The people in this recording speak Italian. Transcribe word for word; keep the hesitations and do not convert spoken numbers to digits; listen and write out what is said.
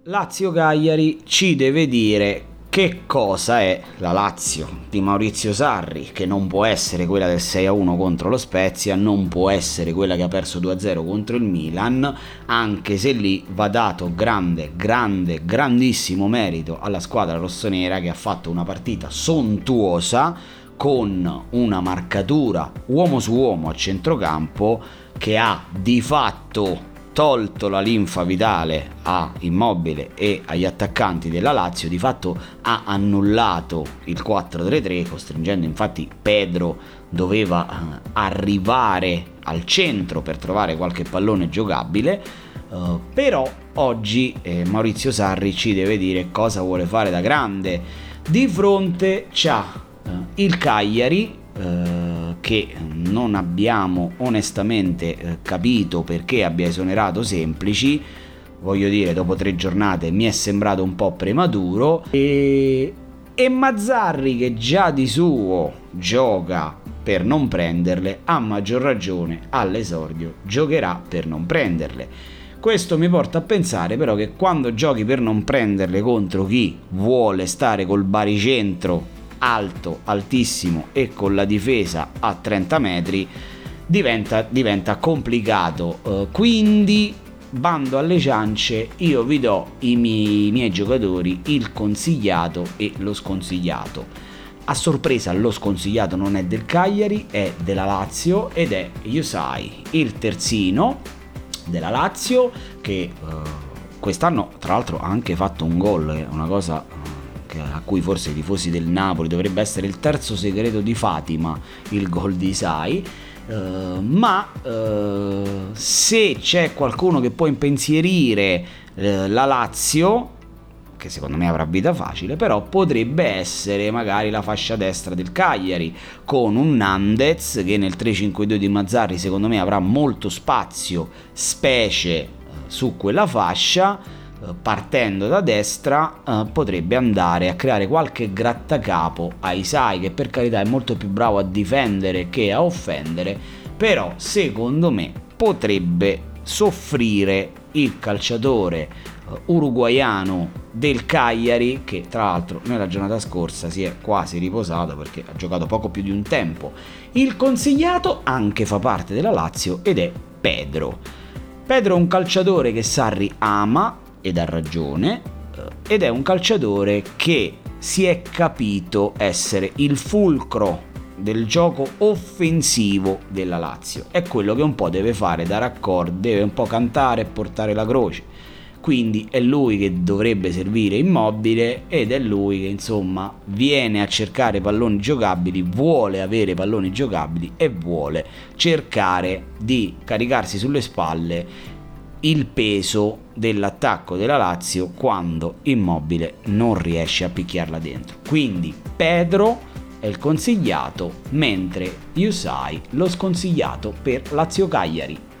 Lazio-Cagliari ci deve dire che cosa è la Lazio di Maurizio Sarri, che non può essere quella del sei a uno contro lo Spezia, non può essere quella che ha perso due a zero contro il Milan, anche se lì va dato grande, grande, grandissimo merito alla squadra rossonera, che ha fatto una partita sontuosa con una marcatura uomo su uomo a centrocampo che ha di fatto tolto la linfa vitale a Immobile e agli attaccanti della Lazio. Di fatto ha annullato il quattro tre tre, costringendo infatti Pedro doveva eh, arrivare al centro per trovare qualche pallone giocabile. Uh, però oggi eh, Maurizio Sarri ci deve dire cosa vuole fare da grande. Di fronte c'ha uh, il Cagliari, Uh, che non abbiamo onestamente uh, capito perché abbia esonerato Semplici. Voglio dire, dopo tre giornate mi è sembrato un po' prematuro, e, e Mazzarri, che già di suo gioca per non prenderle, a maggior ragione all'esordio giocherà per non prenderle. Questo mi porta a pensare però che quando giochi per non prenderle contro chi vuole stare col baricentro alto, altissimo e con la difesa a trenta metri, diventa, diventa complicato. Uh, quindi bando alle ciance, io vi do i miei, i miei giocatori, il consigliato e lo sconsigliato. A sorpresa lo sconsigliato non è del Cagliari, è della Lazio ed è Yusai, il terzino della Lazio, che uh, quest'anno tra l'altro ha anche fatto un gol, è una cosa a cui forse i tifosi del Napoli dovrebbe essere il terzo segreto di Fatima, il gol di Isai. Uh, ma uh, se c'è qualcuno che può impensierire uh, la Lazio, che secondo me avrà vita facile, però potrebbe essere magari la fascia destra del Cagliari, con un Nandez che nel tre cinque due di Mazzarri secondo me avrà molto spazio, specie uh, su quella fascia. Partendo da destra eh, potrebbe andare a creare qualche grattacapo a Isai, che per carità è molto più bravo a difendere che a offendere, però secondo me potrebbe soffrire il calciatore eh, uruguaiano del Cagliari, che tra l'altro nella giornata scorsa si è quasi riposato perché ha giocato poco più di un tempo. Il consigliato anche fa parte della Lazio ed è Pedro. Pedro è un calciatore che Sarri ama ed ha ragione, ed è un calciatore che si è capito essere il fulcro del gioco offensivo della Lazio. È quello che un po' deve fare da raccordo, deve un po' cantare e portare la croce. Quindi è lui che dovrebbe servire Immobile, ed è lui che insomma viene a cercare palloni giocabili, vuole avere palloni giocabili e vuole cercare di caricarsi sulle spalle il peso dell'attacco della Lazio quando Immobile non riesce a picchiarla dentro. Quindi Pedro è il consigliato, mentre Yusai lo sconsigliato per Lazio Cagliari.